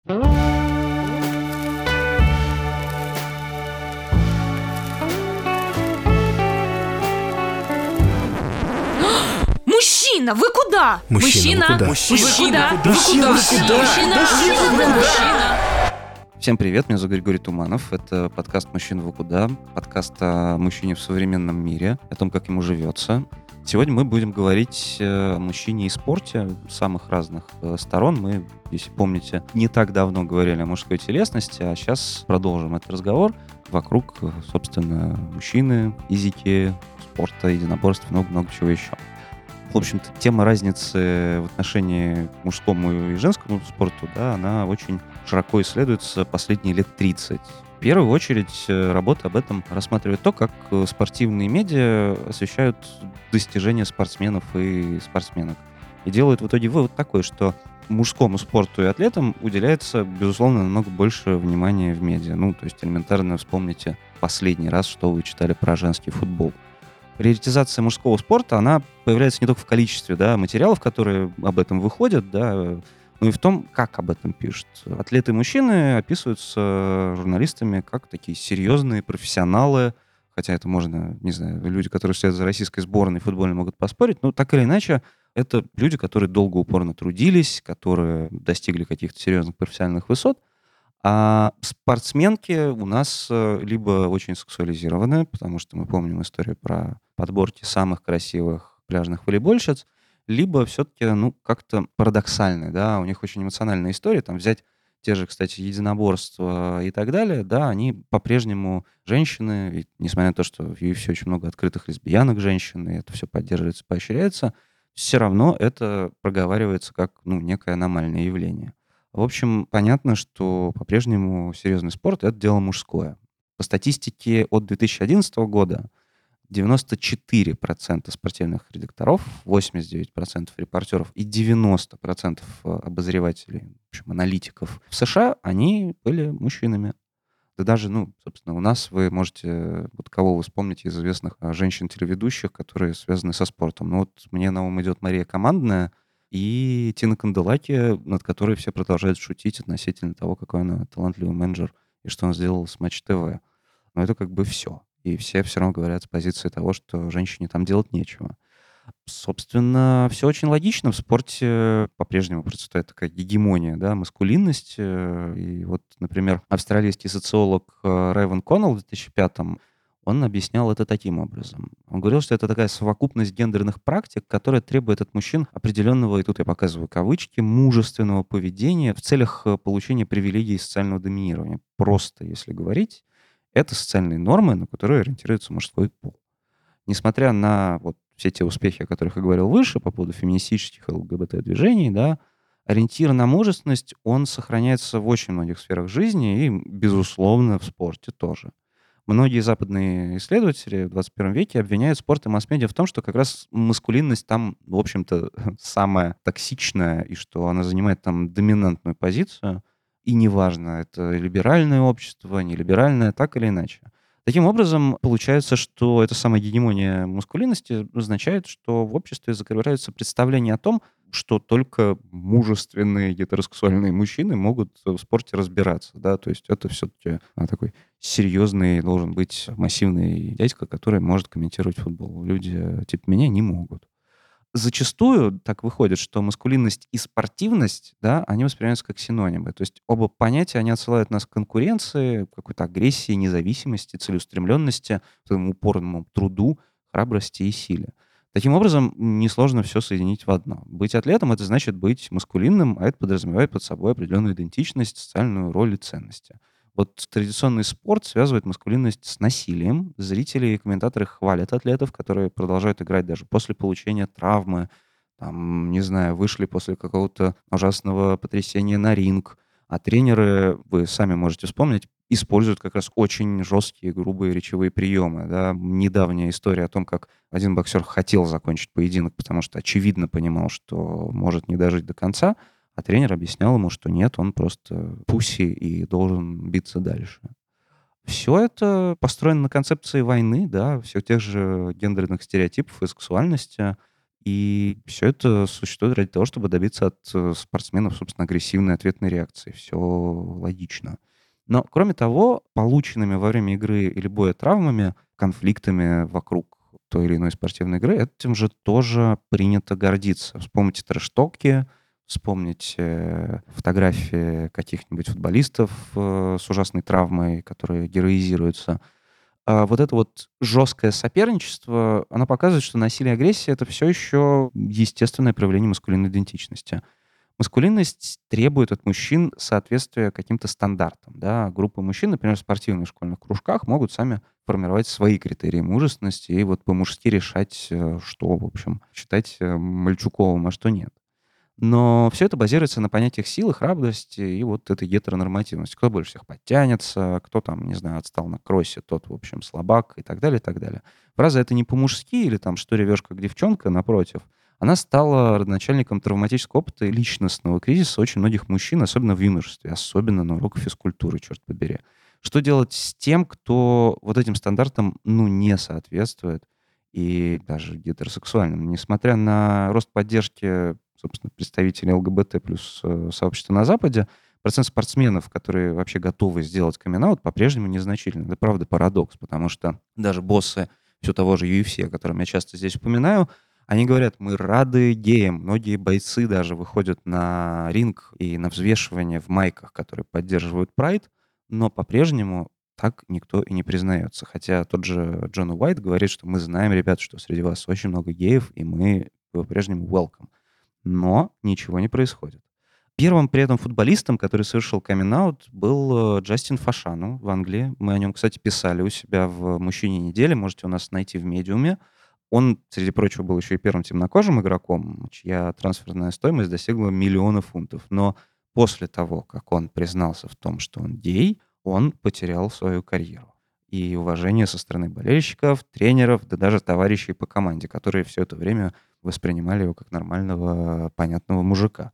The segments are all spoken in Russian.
Мужчина, вы куда? Мужчина, вы куда? Мужчина. Всем привет, меня зовут Григорий Туманов. Это подкаст «Мужчина, вы куда?», подкаст о мужчине в современном мире, о том, как ему живется. Сегодня мы будем говорить о мужчине и спорте с самых разных сторон. Мы, если помните, не так давно говорили о мужской телесности, а сейчас продолжим этот разговор вокруг, собственно, мужчины, физики, спорта, единоборств, много-много чего еще. В общем-то, тема разницы в отношении к мужскому и женскому спорту, да, она очень широко исследуется последние лет 30. В первую очередь работа об этом рассматривает то, как спортивные медиа освещают достижения спортсменов и спортсменок. И делают в итоге вывод такой, что мужскому спорту и атлетам уделяется, безусловно, намного больше внимания в медиа. Ну, то есть элементарно вспомните последний раз, что вы читали про женский футбол. Приоритизация мужского спорта, она появляется не только в количестве, да, материалов, которые об этом выходят, да, но и в том, как об этом пишут. Атлеты-мужчины описываются журналистами как такие серьезные профессионалы, хотя это можно, не знаю, люди, которые следят за российской сборной футбольной, могут поспорить, но так или иначе, это люди, которые долго упорно трудились, которые достигли каких-то серьезных профессиональных высот. А спортсменки у нас либо очень сексуализированы, потому что мы помним историю про подборки самых красивых пляжных волейбольщиц, либо все-таки, как-то парадоксальные, да, у них очень эмоциональная история, там взять те же, кстати, единоборства и так далее, да, они по-прежнему женщины, и несмотря на то, что в UFC очень много открытых лесбиянок женщин, и это все поддерживается, поощряется, все равно это проговаривается как, некое аномальное явление. В общем, понятно, что по-прежнему серьезный спорт — это дело мужское. По статистике от 2011 года 94% спортивных редакторов, 89% репортеров и 90% обозревателей, в общем, аналитиков в США, они были мужчинами. Да даже, собственно, у нас вы можете, вот кого вы вспомните из известных женщин-телеведущих, которые связаны со спортом. Вот мне на ум идет Мария Командная и Тина Канделаки, над которой все продолжают шутить относительно того, какой она талантливый менеджер и что он сделал с Матч ТВ. Но это как бы все. И все равно говорят с позиции того, что женщине там делать нечего. Собственно, все очень логично. В спорте по-прежнему процветает такая гегемония, да, маскулинность. И вот, например, австралийский социолог Рэйвен Коннелл в 2005-м, он объяснял это таким образом. Он говорил, что это такая совокупность гендерных практик, которая требует от мужчин определенного, и тут я показываю кавычки, мужественного поведения в целях получения привилегий и социального доминирования. Просто, если говорить, это социальные нормы, на которые ориентируется мужской пол. Несмотря на вот все те успехи, о которых я говорил выше, по поводу феминистических ЛГБТ-движений, да, ориентир на мужественность, он сохраняется в очень многих сферах жизни и, безусловно, в спорте тоже. Многие западные исследователи в 21 веке обвиняют спорт и масс-медиа в том, что как раз маскулинность там, в общем-то, самая токсичная, и что она занимает там доминантную позицию. И неважно, это либеральное общество, нелиберальное, так или иначе. Таким образом, получается, что эта самая гегемония маскулинности означает, что в обществе закрываются представления о том, что только мужественные гетеросексуальные мужчины могут в спорте разбираться. Да? То есть это все-таки такой серьезный должен быть массивный дядька, который может комментировать футбол. Люди типа меня не могут. Зачастую так выходит, что маскулинность и спортивность, да, они воспринимаются как синонимы. То есть оба понятия, они отсылают нас к конкуренции, какой-то агрессии, независимости, целеустремленности, к своему упорному труду, храбрости и силе. Таким образом, несложно все соединить в одно. Быть атлетом — это значит быть маскулинным, а это подразумевает под собой определенную идентичность, социальную роль и ценности. Вот традиционный спорт связывает маскулинность с насилием. Зрители и комментаторы хвалят атлетов, которые продолжают играть даже после получения травмы, там, не знаю, вышли после какого-то ужасного потрясения на ринг. А тренеры, вы сами можете вспомнить, используют как раз очень жесткие, грубые речевые приемы. Да? Недавняя история о том, как один боксер хотел закончить поединок, потому что очевидно понимал, что может не дожить до конца, а тренер объяснял ему, что нет, он просто пусси и должен биться дальше. Все это построено на концепции войны, да, всех тех же гендерных стереотипов и сексуальности. И все это существует ради того, чтобы добиться от спортсменов, собственно, агрессивной ответной реакции. Все логично. Но, кроме того, полученными во время игры или боя травмами, конфликтами вокруг той или иной спортивной игры, этим же тоже принято гордиться. Вспомните трэш-токи, вспомните фотографии каких-нибудь футболистов с ужасной травмой, которые героизируются. Вот это вот жесткое соперничество, оно показывает, что насилие и агрессия — это все еще естественное проявление маскулинной идентичности. Маскулинность требует от мужчин соответствия каким-то стандартам. Да? Группы мужчин, например, в спортивных школьных кружках могут сами формировать свои критерии мужественности и вот по-мужски решать, что, в общем, считать мальчуковым, а что нет. Но все это базируется на понятиях силы, храбрости и вот этой гетеронормативности. Кто больше всех подтянется, кто там, не знаю, отстал на кроссе, тот, в общем, слабак и так далее, и так далее. Фраза «это не по-мужски» или там «что ревешь, как девчонка», напротив, она стала родоначальником травматического опыта и личностного кризиса очень многих мужчин, особенно в юношестве, особенно на уроках физкультуры, черт побери. Что делать с тем, кто вот этим стандартам, ну, не соответствует, и даже гетеросексуальным? Несмотря на рост поддержки, собственно, представителей ЛГБТ плюс сообщества на Западе, процент спортсменов, которые вообще готовы сделать камин-аут, по-прежнему незначительный. Это правда парадокс, потому что даже боссы все того же UFC, о котором я часто здесь упоминаю, они говорят, мы рады геям. Многие бойцы даже выходят на ринг и на взвешивание в майках, которые поддерживают прайд, но по-прежнему так никто и не признается. Хотя тот же Джон Уайт говорит, что мы знаем, ребят, что среди вас очень много геев, и мы по-прежнему welcome. Но ничего не происходит. Первым при этом футболистом, который совершил камин-аут, был Джастин Фашану в Англии. Мы о нем, кстати, писали у себя в «Мужчине недели». Можете у нас найти в «Медиуме». Он, среди прочего, был еще и первым темнокожим игроком, чья трансферная стоимость достигла 1 000 000 фунтов. Но после того, как он признался в том, что он гей, он потерял свою карьеру. И уважение со стороны болельщиков, тренеров, да даже товарищей по команде, которые все это время воспринимали его как нормального, понятного мужика.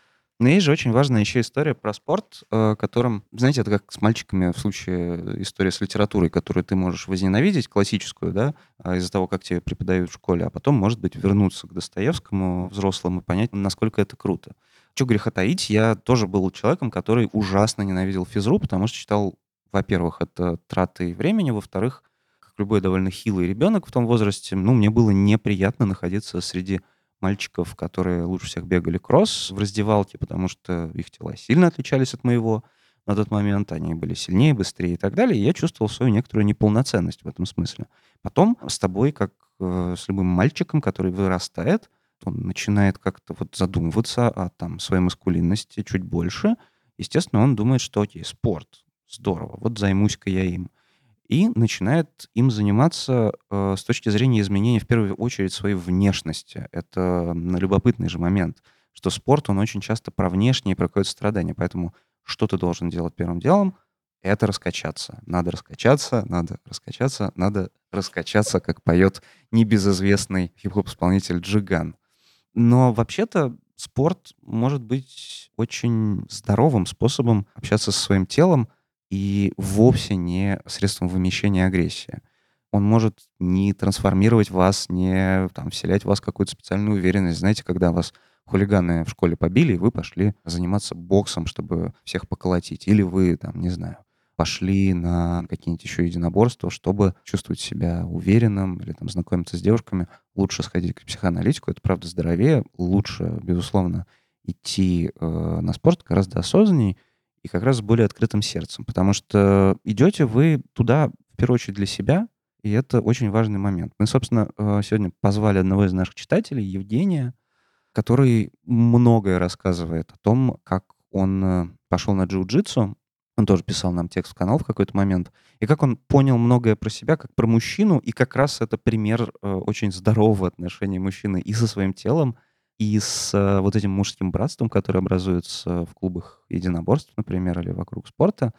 Но есть же очень важная еще история про спорт, которым, знаете, это как с мальчиками в случае истории с литературой, которую ты можешь возненавидеть, классическую, да, из-за того, как тебе преподают в школе, а потом, может быть, вернуться к Достоевскому взрослым и понять, насколько это круто. Чего греха таить, я тоже был человеком, который ужасно ненавидел физру, потому что считал, во-первых, это тратой времени, во-вторых, как любой довольно хилый ребенок в том возрасте, ну, мне было неприятно находиться среди мальчиков, которые лучше всех бегали кросс в раздевалке, потому что их тела сильно отличались от моего на тот момент. Они были сильнее, быстрее и так далее. И я чувствовал свою некоторую неполноценность в этом смысле. Потом с тобой, как с любым мальчиком, который вырастает, он начинает как-то вот задумываться о там, своей маскулинности чуть больше. Естественно, он думает, что окей, спорт, здорово, вот займусь-ка я им. И начинает им заниматься с точки зрения изменения, в первую очередь, своей внешности. Это любопытный же момент, что спорт, он очень часто про внешнее и про какое-то страдание. Поэтому что ты должен делать первым делом? Это раскачаться. Надо раскачаться, надо раскачаться, надо раскачаться, как поет небезызвестный хип-хоп-исполнитель Джиган. Но вообще-то спорт может быть очень здоровым способом общаться со своим телом, и вовсе не средством вымещения агрессии. Он может не трансформировать вас, не там, вселять в вас какую-то специальную уверенность. Знаете, когда вас хулиганы в школе побили, и вы пошли заниматься боксом, чтобы всех поколотить. Или вы, там, не знаю, пошли на какие-нибудь еще единоборства, чтобы чувствовать себя уверенным или там знакомиться с девушками. Лучше сходить к психоаналитику, это правда здоровее. Лучше, безусловно, идти на спорт гораздо осознанней, и как раз с более открытым сердцем. Потому что идете вы туда, в первую очередь, для себя, и это очень важный момент. Мы, собственно, сегодня позвали одного из наших читателей, Евгения, который многое рассказывает о том, как он пошел на джиу-джитсу. Он тоже писал нам текст в канал в какой-то момент. И как он понял многое про себя, как про мужчину. И как раз это пример очень здорового отношения мужчины и со своим телом, и с вот этим мужским братством, которое образуется в клубах единоборств, например, или вокруг спорта.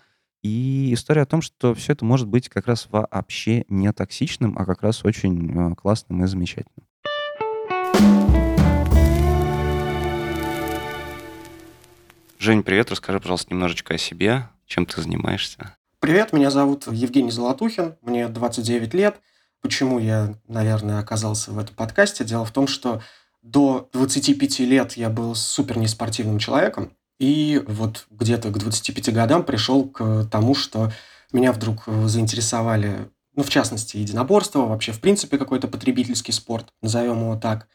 И история о том, что все это может быть как раз вообще не токсичным, а как раз очень классным и замечательным. Жень, привет. Расскажи, пожалуйста, немножечко о себе. Чем ты занимаешься? Привет, меня зовут Евгений Золотухин, мне 29 лет. Почему я, наверное, оказался в этом подкасте? Дело в том, что до 25 лет я был супер неспортивным человеком, и вот где-то к 25 годам пришел к тому, что меня вдруг заинтересовали, ну, в частности, единоборство, вообще, в принципе, какой-то потребительский спорт, назовем его так.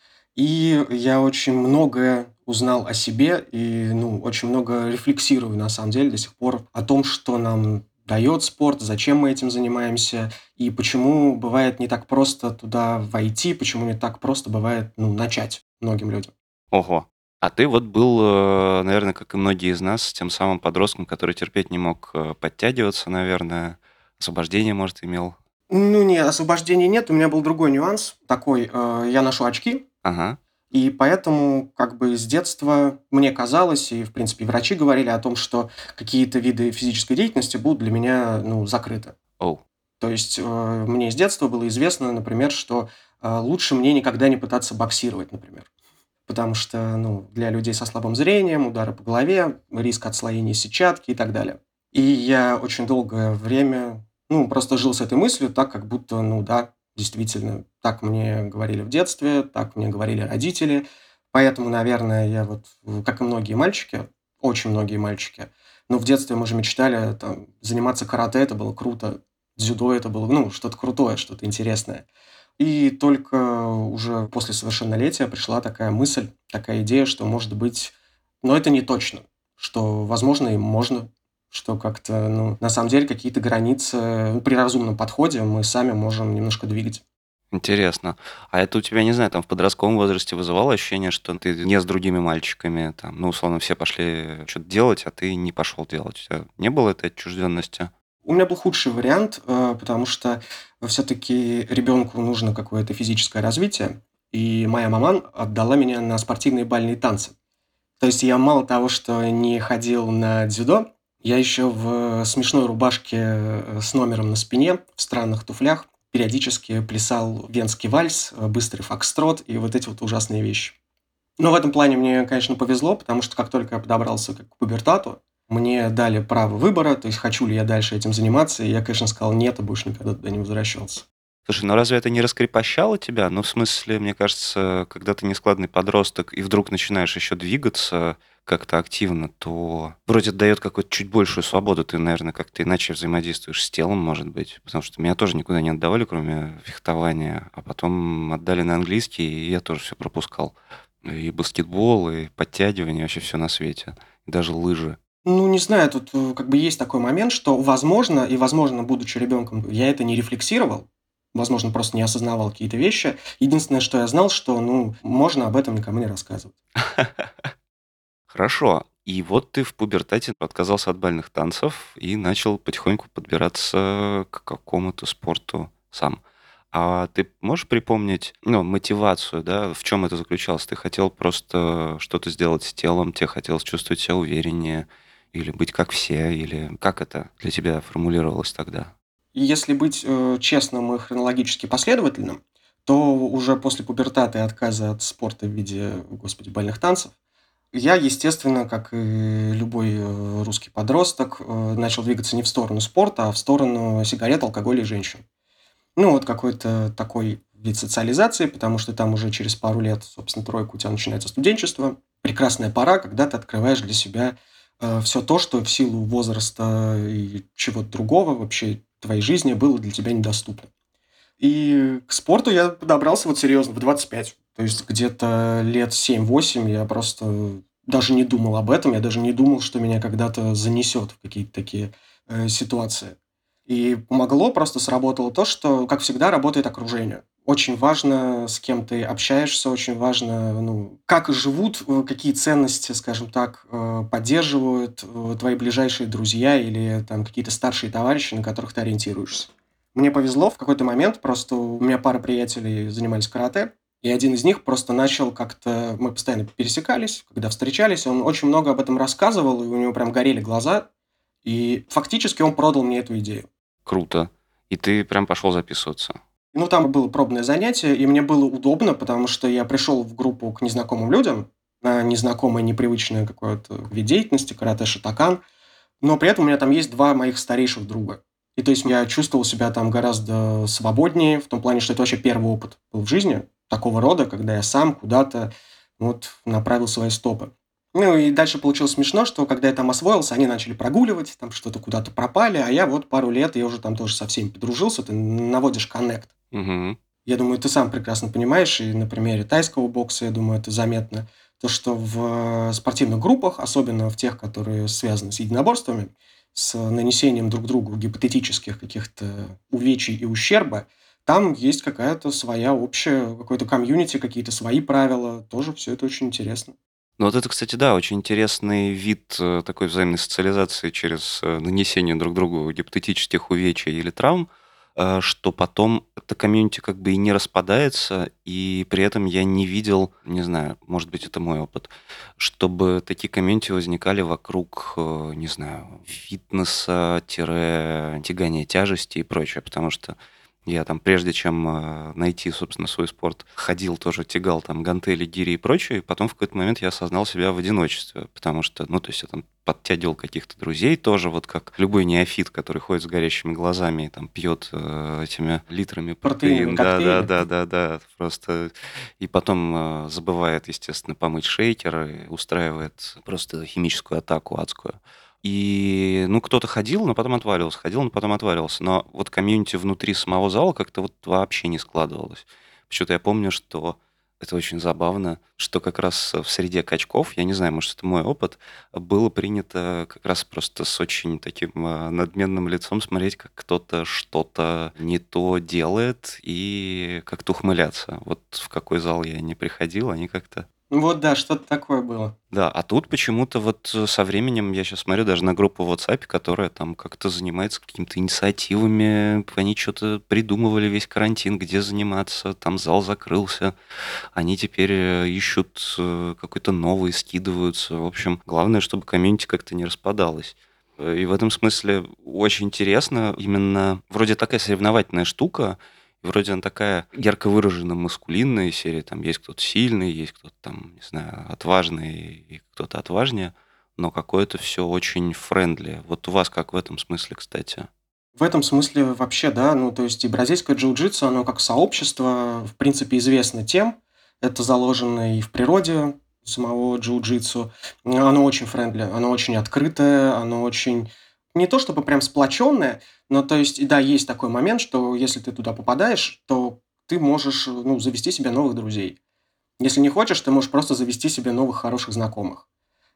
И я очень многое узнал о себе и, ну, очень много рефлексирую, на самом деле, до сих пор о том, что нам дает спорт, зачем мы этим занимаемся, и почему бывает не так просто туда войти, почему не так просто бывает, ну, начать многим людям. Ого. А ты вот был, наверное, как и многие из нас, тем самым подростком, который терпеть не мог подтягиваться, наверное. Освобождение, может, имел. Ну, не, освобождения нет, у меня был другой нюанс такой, я ношу очки, Ага. и поэтому как бы с детства мне казалось, и, в принципе, врачи говорили о том, что какие-то виды физической деятельности будут для меня, ну, закрыты. Оу. То есть мне с детства было известно, например, что лучше мне никогда не пытаться боксировать, например. Потому что, ну, для людей со слабым зрением, удары по голове, риск отслоения сетчатки и так далее. И я очень долгое время, ну, просто жил с этой мыслью так, как будто, ну да, действительно, так мне говорили в детстве, так мне говорили родители. Поэтому, наверное, я вот, как и многие мальчики, очень многие мальчики, ну, в детстве мы же мечтали там, заниматься карате, это было круто, дзюдо это было, ну, что-то крутое, что-то интересное. И только уже после совершеннолетия пришла такая мысль, такая идея, что, может быть, но это не точно, что, возможно, и можно, что как-то, ну, на самом деле какие-то границы ну, при разумном подходе мы сами можем немножко двигать. Интересно. А это у тебя, не знаю, там в подростковом возрасте вызывало ощущение, что ты не с другими мальчиками, там, ну, условно, все пошли что-то делать, а ты не пошел делать. У тебя не было этой отчужденности? У меня был худший вариант, потому что все-таки ребенку нужно какое-то физическое развитие, и моя мама отдала меня на спортивные бальные танцы. То есть я мало того, что не ходил на дзюдо, я еще в смешной рубашке с номером на спине, в странных туфлях, периодически плясал венский вальс, быстрый фокстрот и вот эти вот ужасные вещи. Но в этом плане мне, конечно, повезло, потому что как только я подобрался к пубертату, мне дали право выбора, то есть хочу ли я дальше этим заниматься, и я, конечно, сказал нет, и больше никогда туда не возвращался. Слушай, ну разве это не раскрепощало тебя? Ну, в смысле, мне кажется, когда ты нескладный подросток и вдруг начинаешь еще двигаться как-то активно, то вроде дает какую-то чуть большую свободу. Ты, наверное, как-то иначе взаимодействуешь с телом, может быть. Потому что меня тоже никуда не отдавали, кроме фехтования. А потом отдали на английский, и я тоже все пропускал. И баскетбол, и подтягивание, вообще все на свете. И даже лыжи. Ну, не знаю, тут как бы есть такой момент, что возможно, и возможно, будучи ребенком, я это не рефлексировал, возможно, просто не осознавал какие-то вещи. Единственное, что я знал, что, ну, можно об этом никому не рассказывать. Хорошо. И вот ты в пубертате отказался от бальных танцев и начал потихоньку подбираться к какому-то спорту сам. А ты можешь припомнить, ну, мотивацию, да, в чем это заключалось? Ты хотел просто что-то сделать с телом, тебе хотелось чувствовать себя увереннее, или быть как все, или как это для тебя формулировалось тогда? И если быть честным и хронологически последовательным, то уже после пубертата и отказа от спорта в виде, господи, бальных танцев, я, естественно, как и любой русский подросток, начал двигаться не в сторону спорта, а в сторону сигарет, алкоголя и женщин. Ну, вот какой-то такой вид социализации, потому что там уже через пару лет, собственно, тройку у тебя начинается студенчество. Прекрасная пора, когда ты открываешь для себя все то, что в силу возраста и чего-то другого вообще в твоей жизни было для тебя недоступно. И к спорту я подобрался вот серьезно в 25. То есть где-то лет 7-8 я просто даже не думал об этом, я даже не думал, что меня когда-то занесет в какие-то такие ситуации. И помогло, просто сработало то, что, как всегда, работает окружение. Очень важно, с кем ты общаешься, очень важно, ну, как живут, какие ценности, скажем так, поддерживают твои ближайшие друзья или там какие-то старшие товарищи, на которых ты ориентируешься. Мне повезло в какой-то момент, просто у меня пара приятелей занимались карате, и один из них просто начал как-то... Мы постоянно пересекались, когда встречались, он очень много об этом рассказывал, и у него прям горели глаза, и фактически он продал мне эту идею. Круто. И ты прям пошел записываться. Ну, там было пробное занятие, и мне было удобно, потому что я пришел в группу к незнакомым людям, на незнакомое, непривычное какое-то вид деятельности, карате, шотокан, но при этом у меня там есть два моих старейших друга. И то есть я чувствовал себя там гораздо свободнее, в том плане, что это вообще первый опыт был в жизни такого рода, когда я сам куда-то вот направил свои стопы. Ну и дальше получилось смешно, что когда я там освоился, они начали прогуливать, там что-то куда-то пропали, а я вот пару лет, я уже там тоже со всеми подружился, ты наводишь коннект. Мгм. Я думаю, ты сам прекрасно понимаешь, и на примере тайского бокса, я думаю, это заметно, то, что в спортивных группах, особенно в тех, которые связаны с единоборствами, с нанесением друг другу гипотетических каких-то увечий и ущерба, там есть какая-то своя общая, какой-то комьюнити, какие-то свои правила. Тоже все это очень интересно. Ну вот это, кстати, да, очень интересный вид такой взаимной социализации через нанесение друг другу гипотетических увечий или травм, что потом это комьюнити как бы и не распадается, и при этом я не видел, не знаю, может быть, это мой опыт, чтобы такие комьюнити возникали вокруг, не знаю, фитнеса, тягания тяжести и прочее, потому что я там, прежде чем найти, собственно, свой спорт, ходил тоже, тягал там гантели, гири и прочее, и потом в какой-то момент я осознал себя в одиночестве, потому что, ну, то есть я там подтягивал каких-то друзей тоже, вот как любой неофит, который ходит с горящими глазами и там пьет этими литрами Протеиновые протеин, да, да, коктейли. да, да, да, просто, и потом забывает, естественно, помыть шейкер и устраивает просто химическую атаку адскую. И, ну, кто-то ходил, но потом отваливался, ходил, но потом отваливался. Но вот комьюнити внутри самого зала как-то вот вообще не складывалось. Почему-то я помню, что это очень забавно, что как раз в среде качков, я не знаю, может, это мой опыт, было принято как раз просто с очень таким надменным лицом смотреть, как кто-то что-то не то делает и как-то ухмыляться. Вот в какой зал я не приходил, они как-то Вот да, что-то такое было. да, а тут почему-то вот со временем я сейчас смотрю даже на группу в WhatsApp, которая там как-то занимается какими-то инициативами, они что-то придумывали весь карантин, где заниматься, там зал закрылся, они теперь ищут какой-то новый, скидываются. В общем, главное, чтобы комьюнити как-то не распадалось. И в этом смысле очень интересно, именно вроде такая соревновательная штука, и вроде она такая ярко выраженно маскулинная серия, там есть кто-то сильный, есть кто-то там, не знаю, отважный и кто-то отважнее, но какое-то все очень френдли. Вот у вас как в этом смысле, кстати? В этом смысле вообще, да, ну, то есть и бразильское джиу-джитсу, оно как сообщество, в принципе, известно тем, это заложено и в природе самого джиу-джитсу, оно очень френдли, оно очень открытое, оно очень не то чтобы прям сплоченное, но то есть, и да, есть такой момент, что если ты туда попадаешь, то ты можешь, ну, завести себе новых друзей. Если не хочешь, ты можешь просто завести себе новых хороших знакомых.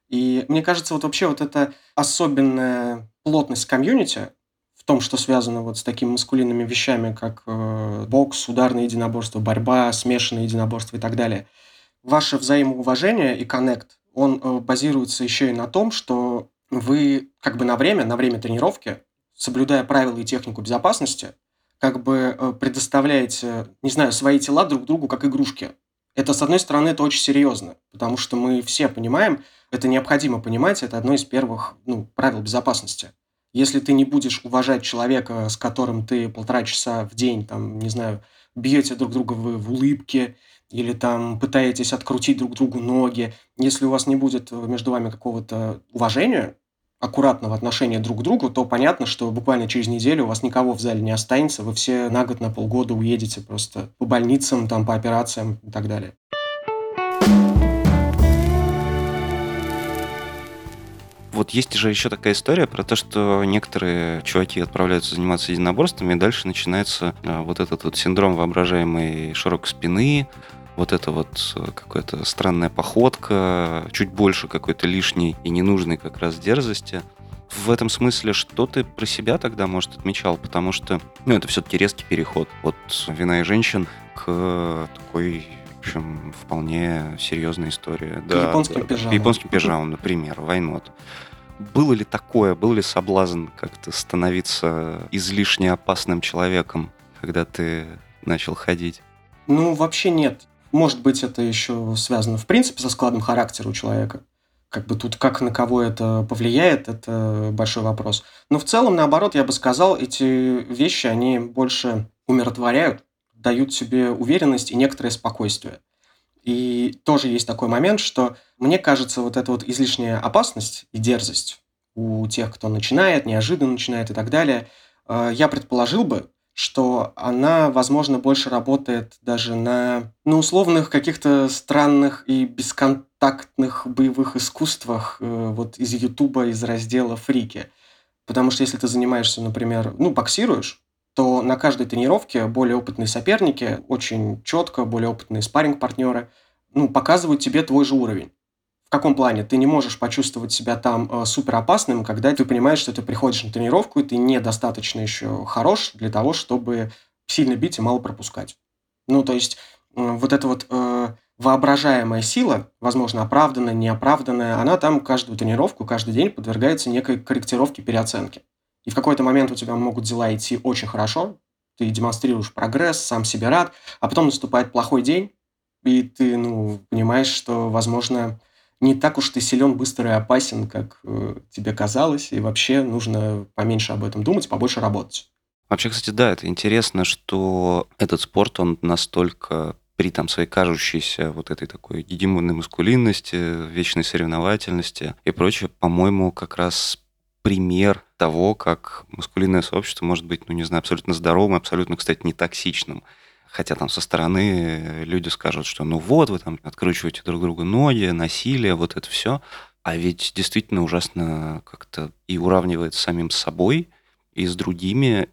И мне кажется, вот вообще вот эта особенная плотность комьюнити в том, что связано вот с такими маскулинными вещами, как бокс, ударное единоборство, борьба, смешанное единоборство и так далее. Ваше взаимоуважение и коннект, он базируется еще и на том, что вы как бы на время тренировки, соблюдая правила и технику безопасности, как бы предоставляете, не знаю, свои тела друг другу как игрушки. Это, с одной стороны, это очень серьезно, потому что мы все понимаем, это необходимо понимать, это одно из первых, ну, правил безопасности. Если ты не будешь уважать человека, с которым ты 1,5 часа в день, там, не знаю, бьете друг друга в улыбке или там пытаетесь открутить друг другу ноги, если у вас не будет между вами какого-то уважения, аккуратного отношения друг к другу, то понятно, что буквально через неделю у вас никого в зале не останется, вы все на год, на полгода уедете просто по больницам, там, по операциям и так далее. Вот есть же еще такая история про то, что некоторые чуваки отправляются заниматься единоборствами, и дальше начинается вот этот вот синдром воображаемой широкой спины, вот это вот какая-то странная походка, чуть больше какой-то лишней и ненужной как раз дерзости. В этом смысле, что ты про себя тогда, может, отмечал? Потому что, ну, это все-таки резкий переход от «Вина и женщин» к такой, в общем, вполне серьезной истории. К японским К пижамам. японским пижамам, например, войнот. Было ли такое, был ли соблазн как-то становиться излишне опасным человеком, когда ты начал ходить? Ну, вообще нет. Может быть, это еще связано, в принципе, со складом характера у человека. Как бы тут как на кого это повлияет, это большой вопрос. Но в целом, наоборот, я бы сказал, эти вещи, они больше умиротворяют, дают себе уверенность и некоторое спокойствие. И тоже есть такой момент, что, мне кажется, вот эта вот излишняя опасность и дерзость у тех, кто начинает, неожиданно начинает и так далее, я предположил бы, что она, возможно, больше работает даже на условных каких-то странных и бесконтактных боевых искусствах вот из Ютуба, из раздела «Фрики». Потому что если ты занимаешься, например, боксируешь, то на каждой тренировке более опытные соперники, очень четко, более опытные спарринг-партнеры, показывают тебе твой же уровень. В каком плане? Ты не можешь почувствовать себя там супер опасным, когда ты понимаешь, что ты приходишь на тренировку, и ты недостаточно еще хорош для того, чтобы сильно бить и мало пропускать. То есть вот эта вот воображаемая сила, возможно, оправданная, неоправданная, она там каждую тренировку, каждый день подвергается некой корректировке, переоценке. И в какой-то момент у тебя могут дела идти очень хорошо, ты демонстрируешь прогресс, сам себе рад, а потом наступает плохой день, и ты, понимаешь, что, возможно, не так уж ты силен, быстр и опасен, как тебе казалось, и вообще нужно поменьше об этом думать, побольше работать. Вообще, кстати, да, это интересно, что этот спорт, он настолько при там своей кажущейся вот этой такой гегемонной маскулинности, вечной соревновательности и прочее, по-моему, как раз пример того, как маскулинное сообщество может быть, абсолютно здоровым, абсолютно, кстати, не токсичным. Хотя там со стороны люди скажут, что вот, вы там откручиваете друг другу ноги, насилие, вот это все. А ведь действительно ужасно как-то и уравнивает с самим собой, и с другими,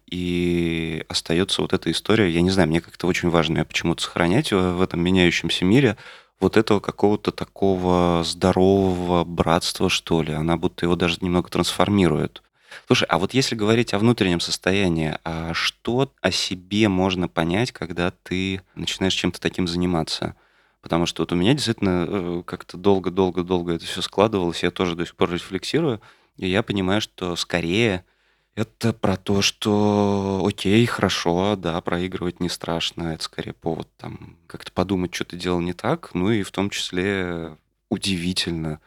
и остается вот эта история, я не знаю, мне как-то очень важно ее почему-то сохранять в этом меняющемся мире, вот этого какого-то такого здорового братства, что ли. Она будто его даже немного трансформирует. Слушай, а вот если говорить о внутреннем состоянии, а что о себе можно понять, когда ты начинаешь чем-то таким заниматься? Потому что вот у меня действительно как-то долго-долго-долго это все складывалось, я тоже до сих пор рефлексирую, и я понимаю, что скорее это про то, что окей, хорошо, да, проигрывать не страшно, это скорее повод там как-то подумать, что ты делал не так, и в том числе удивительно,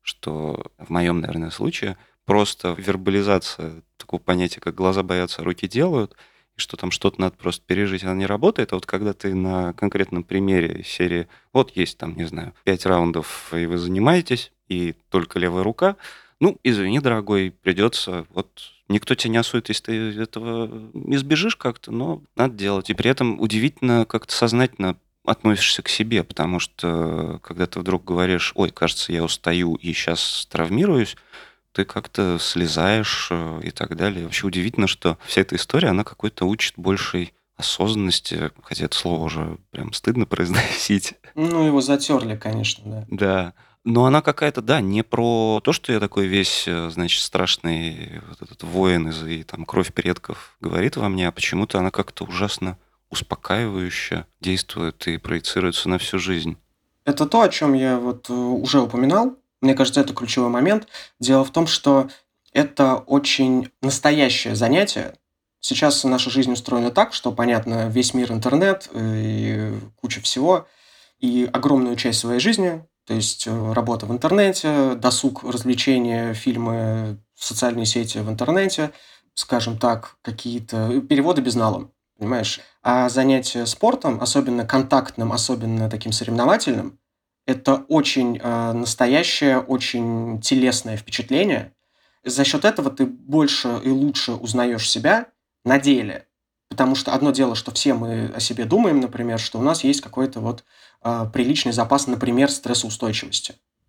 что в моем, наверное, случае просто вербализация такого понятия, как глаза боятся, руки делают, и что там что-то надо просто пережить, она не работает. А вот когда ты на конкретном примере серии, вот есть там, не знаю, 5 раундов, и вы занимаетесь, и только левая рука, извини, дорогой, придется, вот никто тебя не осудит, если ты этого избежишь как-то, но надо делать. И при этом удивительно как-то сознательно относишься к себе, потому что когда ты вдруг говоришь, ой, кажется, я устаю и сейчас травмируюсь, ты как-то слезаешь и так далее. Вообще удивительно, что вся эта история, она какой-то учит большей осознанности, хотя это слово уже прям стыдно произносить. Его затерли, конечно, да. Да. Но она какая-то, да, не про то, что я такой весь, значит, страшный вот этот воин и там кровь предков говорит во мне, а почему-то она как-то ужасно успокаивающе действует и проецируется на всю жизнь. Это то, о чем я вот уже упоминал. Мне кажется, это ключевой момент. Дело в том, что это очень настоящее занятие. Сейчас наша жизнь устроена так, что, понятно, весь мир интернет и куча всего, и огромную часть своей жизни, то есть работа в интернете, досуг, развлечения, фильмы, социальные сети в интернете, скажем так, какие-то переводы безналом, понимаешь? А занятие спортом, особенно контактным, особенно таким соревновательным, это очень настоящее, очень телесное впечатление. За счет этого ты больше и лучше узнаешь себя на деле. Потому что одно дело, что все мы о себе думаем, например, что у нас есть какой-то вот приличный запас, например, стрессоустойчивости.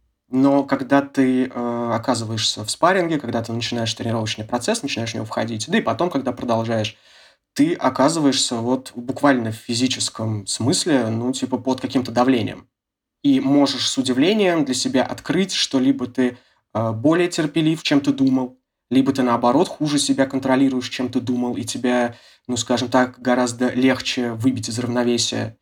Но когда ты оказываешься в спарринге, когда ты начинаешь тренировочный процесс, начинаешь в него входить, да и потом, когда продолжаешь, ты оказываешься вот буквально в физическом смысле, под каким-то давлением. И можешь с удивлением для себя открыть, что либо ты более терпелив, чем ты думал, либо ты, наоборот, хуже себя контролируешь, чем ты думал, и тебя, скажем так, гораздо легче выбить из равновесия.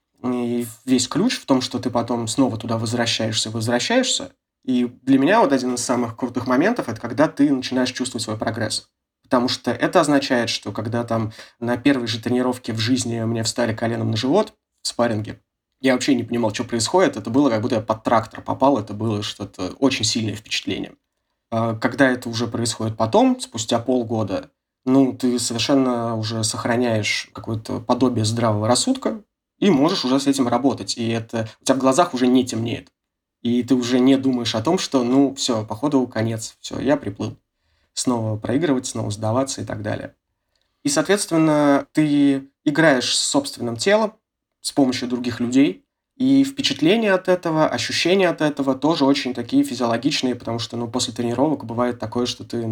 И весь ключ в том, что ты потом снова туда возвращаешься. И для меня вот один из самых крутых моментов – это когда ты начинаешь чувствовать свой прогресс. Потому что это означает, что когда там на первой же тренировке в жизни мне встали коленом на живот в спарринге, я вообще не понимал, что происходит. Это было, как будто я под трактор попал. Это было что-то очень сильное впечатление. Когда это уже происходит потом, спустя полгода, ты совершенно уже сохраняешь какое-то подобие здравого рассудка и можешь уже с этим работать. И это у тебя в глазах уже не темнеет. И ты уже не думаешь о том, что, все, походу, конец. Все, я приплыл. Снова проигрывать, снова сдаваться и так далее. И, соответственно, ты играешь с собственным телом с помощью других людей, и впечатления от этого, ощущения от этого тоже очень такие физиологичные, потому что, после тренировок бывает такое, что ты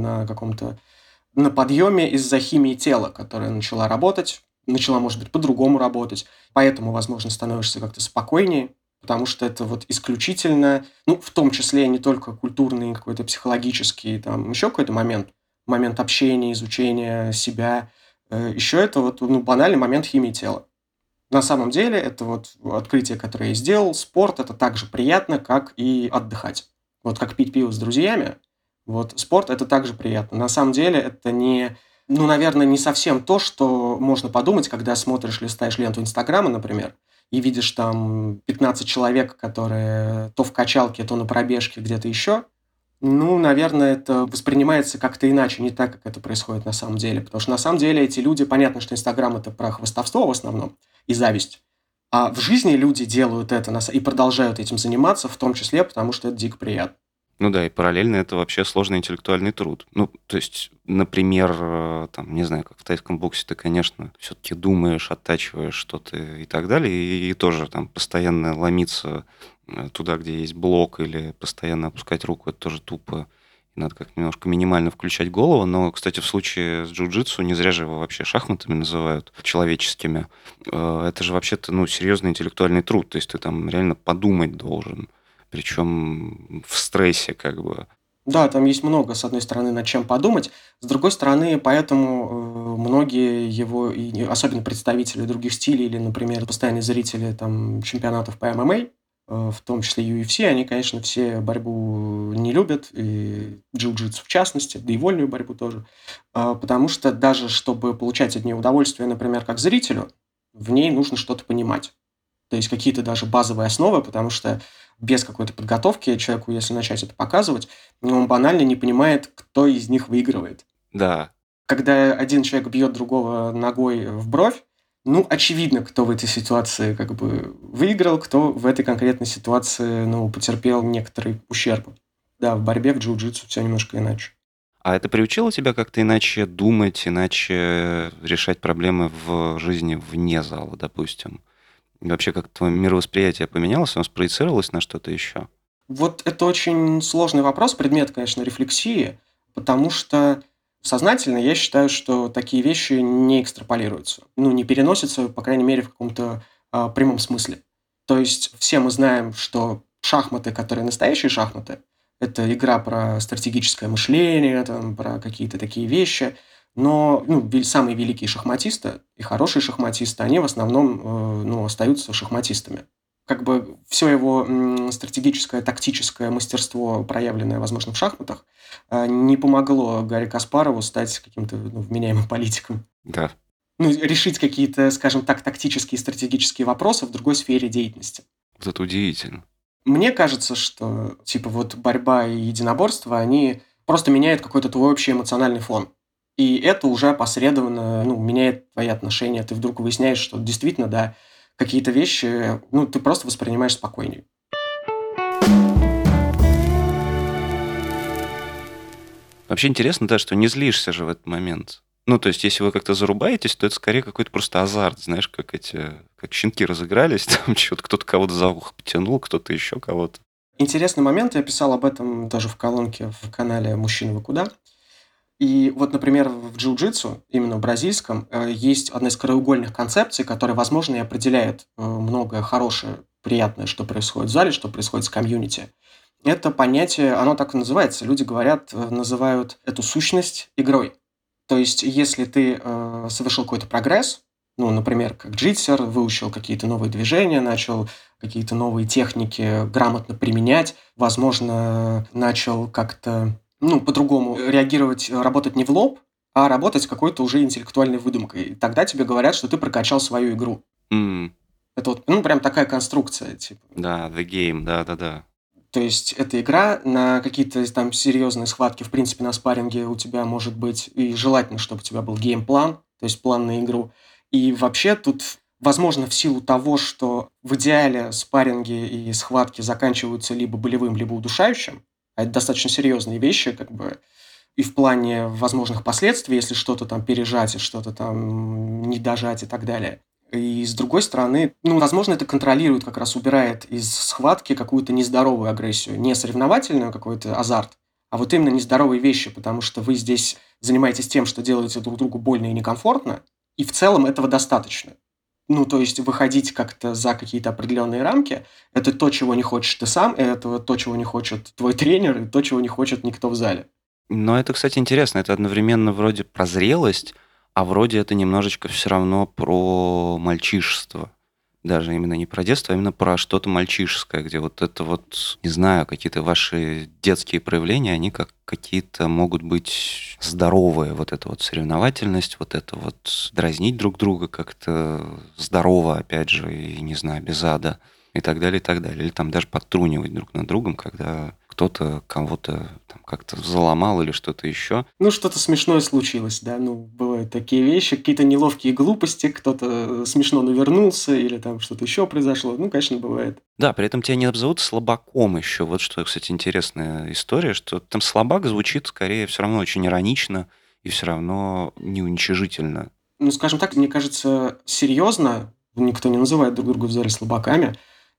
на подъеме из-за химии тела, которая начала работать, начала, может быть, по-другому работать, поэтому, возможно, становишься как-то спокойнее, потому что это вот исключительно, в том числе не только культурный, какой-то психологический, там, еще какой-то момент общения, изучения себя, еще это вот, банальный момент химии тела. На самом деле, это вот открытие, которое я сделал, спорт – это так же приятно, как и отдыхать. Вот как пить пиво с друзьями, вот спорт – это также приятно. На самом деле, это наверное, не совсем то, что можно подумать, когда листаешь ленту Инстаграма, например, и видишь там 15 человек, которые то в качалке, то на пробежке, где-то еще. Наверное, это воспринимается как-то иначе, не так, как это происходит на самом деле. Потому что на самом деле эти люди, понятно, что Инстаграм – это про хвастовство в основном и зависть. А в жизни люди делают это и продолжают этим заниматься, в том числе, потому что это дико приятно. Ну да, и параллельно это вообще сложный интеллектуальный труд. То есть, например, там, не знаю, как в тайском боксе ты, конечно, все-таки думаешь, оттачиваешь что-то и так далее, и тоже там постоянно ломиться туда, где есть блок, или постоянно опускать руку, это тоже тупо. И надо как немножко минимально включать голову. Но, кстати, в случае с джиу-джитсу, не зря же его вообще шахматами называют человеческими, это же вообще-то, серьезный интеллектуальный труд. То есть ты там реально подумать должен. Причем в стрессе как бы. Да, там есть много, с одной стороны, над чем подумать. С другой стороны, поэтому многие его, и особенно представители других стилей или, например, постоянные зрители там, чемпионатов по ММА, в том числе UFC, они, конечно, все борьбу не любят, и джиу-джитсу в частности, да и вольную борьбу тоже. Потому что даже чтобы получать от нее удовольствие, например, как зрителю, в ней нужно что-то понимать. То есть какие-то даже базовые основы, потому что без какой-то подготовки человеку, если начать это показывать, он банально не понимает, кто из них выигрывает. Да. Когда один человек бьет другого ногой в бровь, очевидно, кто в этой ситуации как бы выиграл, кто в этой конкретной ситуации, потерпел некоторый ущерб. Да, в борьбе, в джиу-джитсу все немножко иначе. А это приучило тебя как-то иначе думать, иначе решать проблемы в жизни вне зала, допустим? И вообще, как твое мировосприятие поменялось, оно спроецировалось на что-то еще? Вот это очень сложный вопрос, предмет, конечно, рефлексии, потому что сознательно я считаю, что такие вещи не экстраполируются, не переносятся, по крайней мере, в каком-то прямом смысле. То есть все мы знаем, что шахматы, которые настоящие шахматы, это игра про стратегическое мышление, там, про какие-то такие вещи. Но самые великие шахматисты и хорошие шахматисты, они в основном остаются шахматистами. Как бы все его стратегическое, тактическое мастерство, проявленное, возможно, в шахматах, не помогло Гарри Каспарову стать каким-то вменяемым политиком. Да. Решить какие-то, скажем так, тактические и стратегические вопросы в другой сфере деятельности. Вот это удивительно. Мне кажется, что борьба и единоборство, они просто меняют какой-то твой общий эмоциональный фон. И это уже опосредованно меняет твои отношения. Ты вдруг выясняешь, что действительно, да, какие-то вещи ты просто воспринимаешь спокойнее. Вообще интересно, да, что не злишься же в этот момент. То есть, если вы как-то зарубаетесь, то это скорее какой-то просто азарт, знаешь, как щенки разыгрались, там что-то кто-то кого-то за ухо потянул, кто-то еще кого-то. Интересный момент, я писал об этом тоже в колонке в канале «Мужчина, вы куда?». И вот, например, в джиу-джитсу, именно в бразильском, есть одна из краеугольных концепций, которая, возможно, и определяет многое хорошее, приятное, что происходит в зале, что происходит с комьюнити. Это понятие, оно так и называется. Люди называют эту сущность игрой. То есть, если ты совершил какой-то прогресс, например, как джитсер, выучил какие-то новые движения, начал какие-то новые техники грамотно применять, возможно, начал как-то по-другому реагировать, работать не в лоб, а работать с какой-то уже интеллектуальной выдумкой. И тогда тебе говорят, что ты прокачал свою игру. Это вот, прям такая конструкция, Да, the game, да-да-да. То есть это игра на какие-то там серьезные схватки, в принципе, на спарринге у тебя может быть, и желательно, чтобы у тебя был геймплан, то есть план на игру. И вообще тут, возможно, в силу того, что в идеале спарринги и схватки заканчиваются либо болевым, либо удушающим, а это достаточно серьезные вещи, и в плане возможных последствий, если что-то там пережать, и что-то там не дожать и так далее. И с другой стороны, возможно, это контролирует, как раз убирает из схватки какую-то нездоровую агрессию, не соревновательную какой-то азарт, а вот именно нездоровые вещи, потому что вы здесь занимаетесь тем, что делаете друг другу больно и некомфортно, и в целом этого достаточно. То есть выходить как-то за какие-то определенные рамки – это то, чего не хочешь ты сам, и это то, чего не хочет твой тренер, и то, чего не хочет никто в зале. Но это, кстати, интересно. Это одновременно вроде про зрелость, а вроде это немножечко все равно про мальчишество. Даже именно не про детство, а именно про что-то мальчишеское, где вот это вот, не знаю, какие-то ваши детские проявления, они как какие-то могут быть здоровые. Вот эта вот соревновательность, вот это вот дразнить друг друга как-то здорово, опять же, и, не знаю, без ада, и так далее, и так далее. Или там даже подтрунивать друг над другом, когда кто-то кого-то там как-то заломал или что-то еще. Что-то смешное случилось, да, бывают такие вещи, какие-то неловкие глупости, кто-то смешно навернулся или там что-то еще произошло, конечно, бывает. Да, при этом тебя не назовут слабаком еще. Вот что, кстати, интересная история, что там слабак звучит скорее все равно очень иронично и все равно не уничижительно. Скажем так, мне кажется, серьезно никто не называет друг друга в зале слабаками.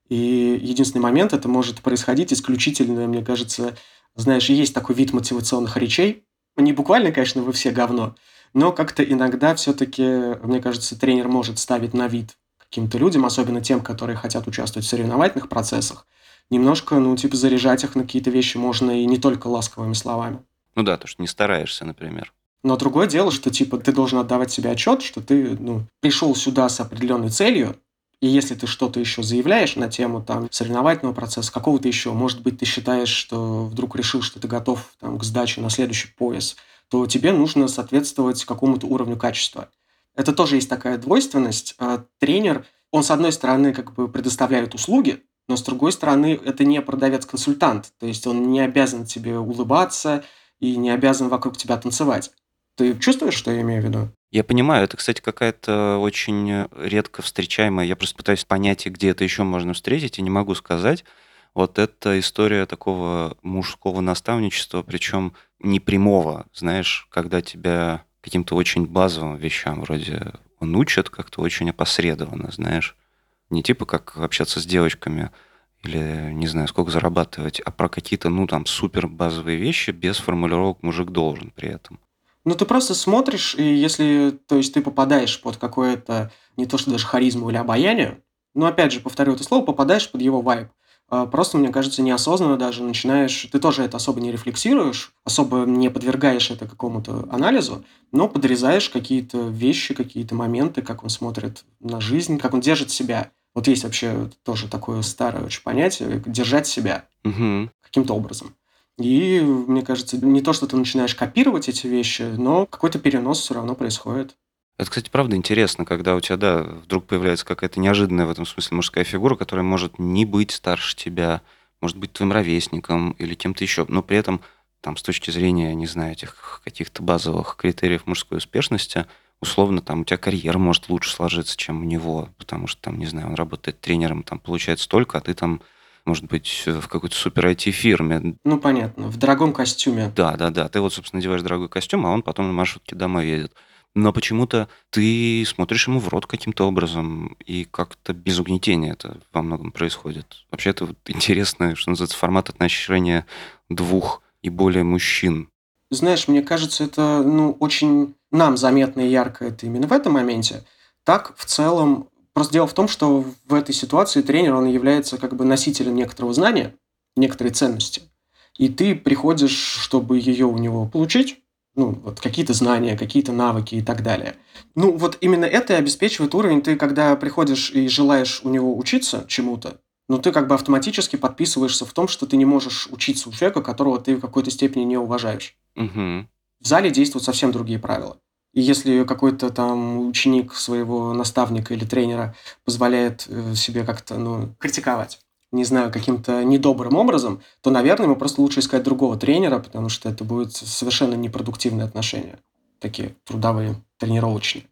И единственный момент, это может происходить исключительно, мне кажется, знаешь, есть такой вид мотивационных речей. Не буквально, конечно, вы все говно, но как-то иногда все-таки, мне кажется, тренер может ставить на вид каким-то людям, особенно тем, которые хотят участвовать в соревновательных процессах, немножко, заряжать их на какие-то вещи можно и не только ласковыми словами. Да, то, что не стараешься, например. Но другое дело, что ты должен отдавать себе отчет, что ты пришел сюда с определенной целью, и если ты что-то еще заявляешь на тему там, соревновательного процесса, какого-то еще, может быть, ты считаешь, что вдруг решил, что ты готов к сдаче на следующий пояс, то тебе нужно соответствовать какому-то уровню качества. Это тоже есть такая двойственность. Тренер, он, с одной стороны, предоставляет услуги, но, с другой стороны, это не продавец-консультант. То есть он не обязан тебе улыбаться и не обязан вокруг тебя танцевать. Ты чувствуешь, что я имею в виду? Я понимаю, это, кстати, какая-то очень редко встречаемая, я просто пытаюсь понять, где это еще можно встретить, и не могу сказать. Вот это история такого мужского наставничества, причем не прямого, знаешь, когда тебя каким-то очень базовым вещам вроде он учит как-то очень опосредованно, знаешь. Не типа как общаться с девочками или, не знаю, сколько зарабатывать, а про какие-то, супер базовые вещи без формулировок мужик должен при этом. Ты просто смотришь, и если, то есть, ты попадаешь под какое-то, не то что даже харизму или обаяние, но, опять же, повторю это слово, попадаешь под его вайб. Просто, мне кажется, неосознанно даже начинаешь, ты тоже это особо не рефлексируешь, особо не подвергаешь это какому-то анализу, но подрезаешь какие-то вещи, какие-то моменты, как он смотрит на жизнь, как он держит себя. Вот есть вообще тоже такое старое очень понятие – держать себя каким-то образом. И, мне кажется, не то, что ты начинаешь копировать эти вещи, но какой-то перенос все равно происходит. Это, кстати, правда интересно, когда у тебя, вдруг появляется какая-то неожиданная в этом смысле мужская фигура, которая может не быть старше тебя, может быть твоим ровесником или кем-то еще, но при этом там с точки зрения, не знаю, этих каких-то базовых критериев мужской успешности, условно, там у тебя карьера может лучше сложиться, чем у него, потому что, там, не знаю, он работает тренером, там получает столько, а ты там, может быть, в какой-то супер IT-фирме. Понятно, в дорогом костюме. Да. Ты вот, собственно, надеваешь дорогой костюм, а он потом на маршрутке домой едет. Но почему-то ты смотришь ему в рот каким-то образом, и как-то без угнетения это во многом происходит. Вообще, это вот интересный, что называется, формат отношения двух и более мужчин. Знаешь, мне кажется, это очень нам заметно и ярко это именно в этом моменте. Так, в целом, просто дело в том, что в этой ситуации тренер, он является носителем некоторого знания, некоторой ценности. И ты приходишь, чтобы ее у него получить, какие-то знания, какие-то навыки и так далее. Вот именно это и обеспечивает уровень. Ты, когда приходишь и желаешь у него учиться чему-то, ты автоматически подписываешься в том, что ты не можешь учиться у человека, которого ты в какой-то степени не уважаешь. Угу. В зале действуют совсем другие правила. И если какой-то там ученик своего наставника или тренера позволяет себе как-то, критиковать, не знаю, каким-то недобрым образом, то, наверное, ему просто лучше искать другого тренера, потому что это будет совершенно непродуктивные отношения, такие трудовые, тренировочные.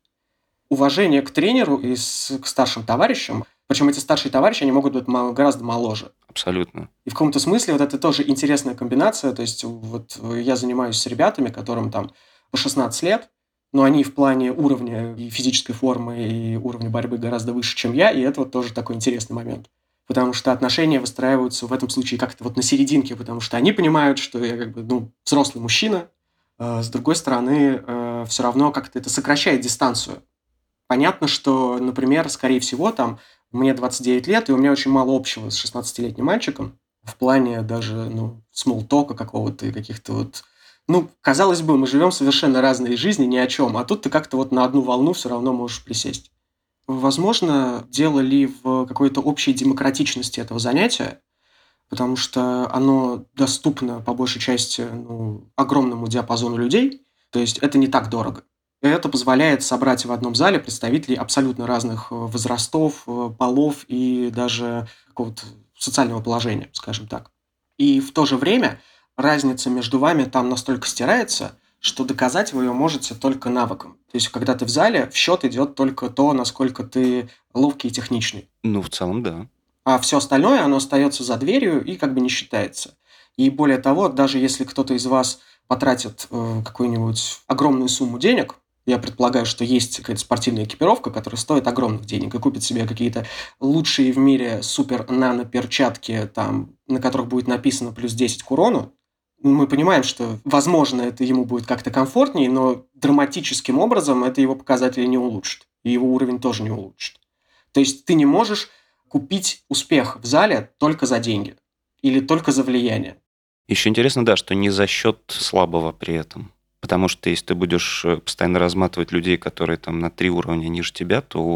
Уважение к тренеру и к старшим товарищам, причем эти старшие товарищи, они могут быть гораздо моложе. абсолютно. И в каком-то смысле вот это тоже интересная комбинация. То есть вот я занимаюсь с ребятами, которым там по 16 лет, но они в плане уровня и физической формы, и уровня борьбы гораздо выше, чем я, и это вот тоже такой интересный момент. Потому что отношения выстраиваются в этом случае как-то вот на серединке, потому что они понимают, что я как бы, взрослый мужчина, с другой стороны, все равно как-то это сокращает дистанцию. Понятно, что, например, скорее всего, там, мне 29 лет, и у меня очень мало общего с 16-летним мальчиком в плане даже, смолтока какого-то и каких-то вот... казалось бы, мы живем совершенно разные жизни, ни о чем, а тут ты как-то вот на одну волну все равно можешь присесть. Возможно, дело ли в какой-то общей демократичности этого занятия, потому что оно доступно по большей части огромному диапазону людей, то есть это не так дорого. И это позволяет собрать в одном зале представителей абсолютно разных возрастов, полов и даже какого-то социального положения, скажем так. И в то же время разница между вами там настолько стирается, что доказать вы ее можете только навыком. То есть, когда ты в зале, в счет идет только то, насколько ты ловкий и техничный. В целом, да. А все остальное, оно остается за дверью и как бы не считается. И более того, даже если кто-то из вас потратит какую-нибудь огромную сумму денег, я предполагаю, что есть какая-то спортивная экипировка, которая стоит огромных денег, и купит себе какие-то лучшие в мире супер-нано-перчатки, там, на которых будет написано плюс 10 к урону, мы понимаем, что, возможно, это ему будет как-то комфортнее, но драматическим образом это его показатели не улучшит, и его уровень тоже не улучшит. То есть ты не можешь купить успех в зале только за деньги или только за влияние. Еще интересно, да, что не за счет слабого при этом. Потому что если ты будешь постоянно разматывать людей, которые там на 3 уровня ниже тебя,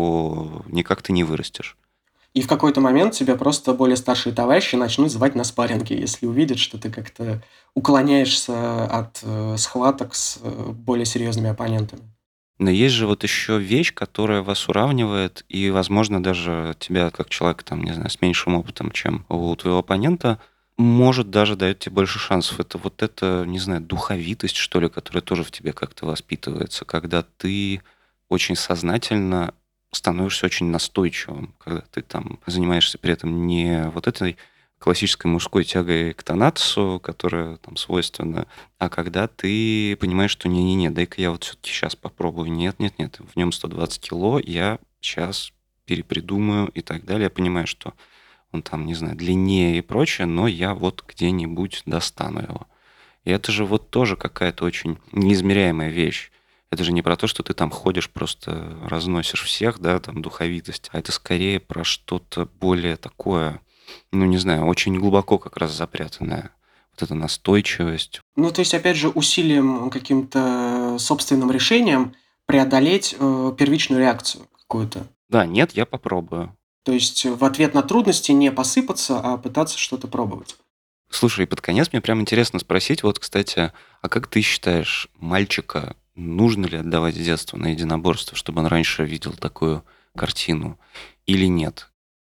то никак ты не вырастешь. И в какой-то момент тебя просто более старшие товарищи начнут звать на спарринги, если увидят, что ты как-то уклоняешься от схваток с более серьезными оппонентами. Но есть же вот еще вещь, которая вас уравнивает, и, возможно, даже тебя, как человека, там, не знаю, с меньшим опытом, чем у твоего оппонента, может, даже дает тебе больше шансов. Это, не знаю, духовитость, что ли, которая тоже в тебе как-то воспитывается, когда ты очень сознательно становишься очень настойчивым, когда ты там занимаешься при этом не вот этой классической мужской тягой к тонатсу, которая там свойственна, а когда ты понимаешь, что не-не-не, дай-ка я вот все-таки сейчас попробую. Нет, в нем 120 кило, я сейчас перепридумаю и так далее. Я понимаю, что он там, не знаю, длиннее и прочее, но я вот где-нибудь достану его. И это же вот тоже какая-то очень неизмеряемая вещь. Это же не про то, что ты там ходишь, просто разносишь всех, да, там, духовитость, а это скорее про что-то более такое, не знаю, очень глубоко как раз запрятанное. Вот эта настойчивость. То есть, опять же, усилием, каким-то собственным решением преодолеть первичную реакцию какую-то. Да, нет, я попробую. То есть в ответ на трудности не посыпаться, а пытаться что-то пробовать. Слушай, под конец мне прям интересно спросить, вот, кстати, а как ты считаешь, мальчика нужно ли отдавать с детства на единоборство, чтобы он раньше видел такую картину, или нет?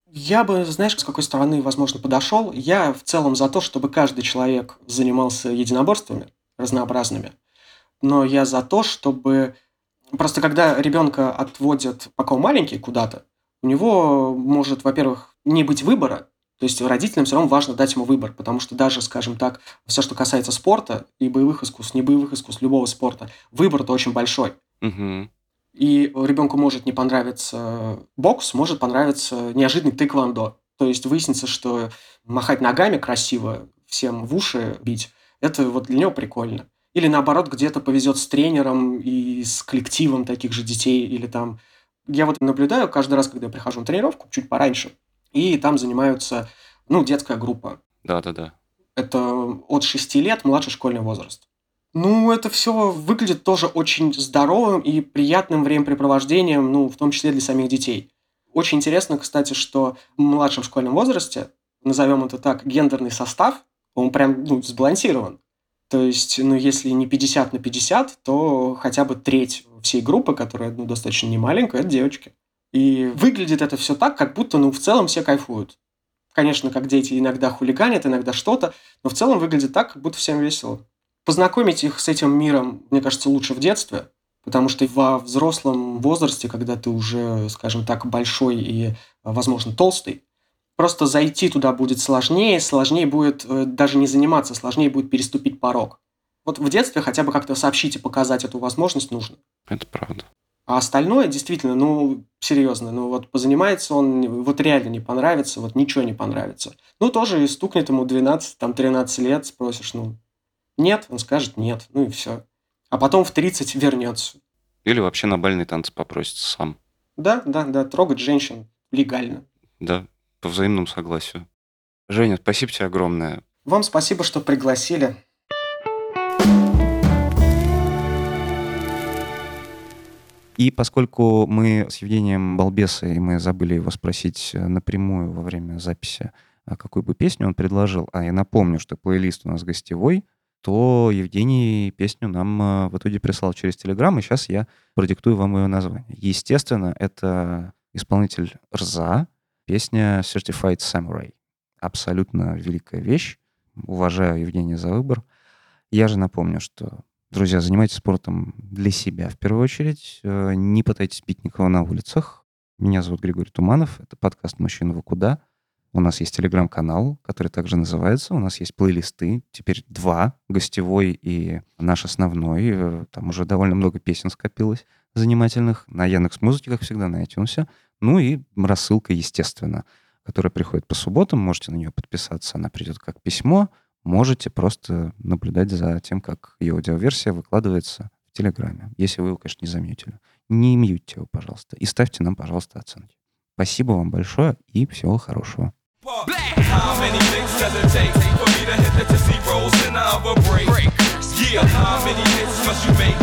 Я бы, знаешь, с какой стороны, возможно, подошел. Я в целом за то, чтобы каждый человек занимался единоборствами разнообразными. Но я за то, чтобы... Просто когда ребенка отводят, пока он маленький, куда-то, у него может, во-первых, не быть выбора. То есть родителям все равно важно дать ему выбор, потому что даже, скажем так, все, что касается спорта и боевых искусств, не боевых искусств, любого спорта, выбор-то очень большой. Угу. И ребенку может не понравиться бокс, может понравиться неожиданный тэквондо. То есть выяснится, что махать ногами красиво, всем в уши бить, это вот для него прикольно. Или наоборот, где-то повезет с тренером и с коллективом таких же детей. Или там... Я вот наблюдаю каждый раз, когда я прихожу на тренировку, чуть пораньше, и там занимаются, детская группа. Да-да-да. Это от 6 лет младший школьный возраст. Это все выглядит тоже очень здоровым и приятным времяпрепровождением, в том числе для самих детей. Очень интересно, кстати, что в младшем школьном возрасте, назовем это так, гендерный состав, он прям, сбалансирован. То есть, если не 50/50, то хотя бы треть всей группы, которая, достаточно немаленькая, это девочки. И выглядит это все так, как будто, в целом все кайфуют. Конечно, как дети иногда хулиганят, иногда что-то, но в целом выглядит так, как будто всем весело. Познакомить их с этим миром, мне кажется, лучше в детстве, потому что во взрослом возрасте, когда ты уже, скажем так, большой и, возможно, толстый, Просто зайти туда будет сложнее будет даже не заниматься, сложнее будет переступить порог. Вот в детстве хотя бы как-то сообщить и показать эту возможность нужно. Это правда. А остальное действительно, серьезно, вот позанимается он, вот реально не понравится, вот ничего не понравится. Тоже стукнет ему 12, 13 лет, спросишь, нет, он скажет нет, и все. А потом в 30 вернется. Или вообще на бальные танцы попросится сам. Да, трогать женщин легально. Да, по взаимному согласию. Женя, спасибо тебе огромное. Вам спасибо, что пригласили. И поскольку мы с Евгением балбесы, и мы забыли его спросить напрямую во время записи, какую бы песню он предложил, а я напомню, что плейлист у нас гостевой, то Евгений песню нам в итоге прислал через Telegram, и сейчас я продиктую вам ее название. Естественно, это исполнитель РЗА, песня Certified Samurai. Абсолютно великая вещь. Уважаю Евгения за выбор. Я же напомню, что, друзья, занимайтесь спортом для себя в первую очередь. Не пытайтесь бить никого на улицах. Меня зовут Григорий Туманов. Это подкаст «Мужчина, вы куда?». У нас есть телеграм-канал, который также называется. У нас есть плейлисты. Теперь 2. Гостевой и наш основной. Там уже довольно много песен скопилось занимательных. На Яндекс.Музыке, как всегда, на iTunes. И рассылка, естественно, которая приходит по субботам. Можете на нее подписаться. Она придет как письмо. Можете просто наблюдать за тем, как ее аудиоверсия выкладывается в Телеграме. Если вы его, конечно, не замьютили. Не мьютьте его, пожалуйста. И ставьте нам, пожалуйста, оценки. Спасибо вам большое и всего хорошего. How many licks does it take for me to hit the Tootsie Rolls in the other break? Yeah, how many hits must you make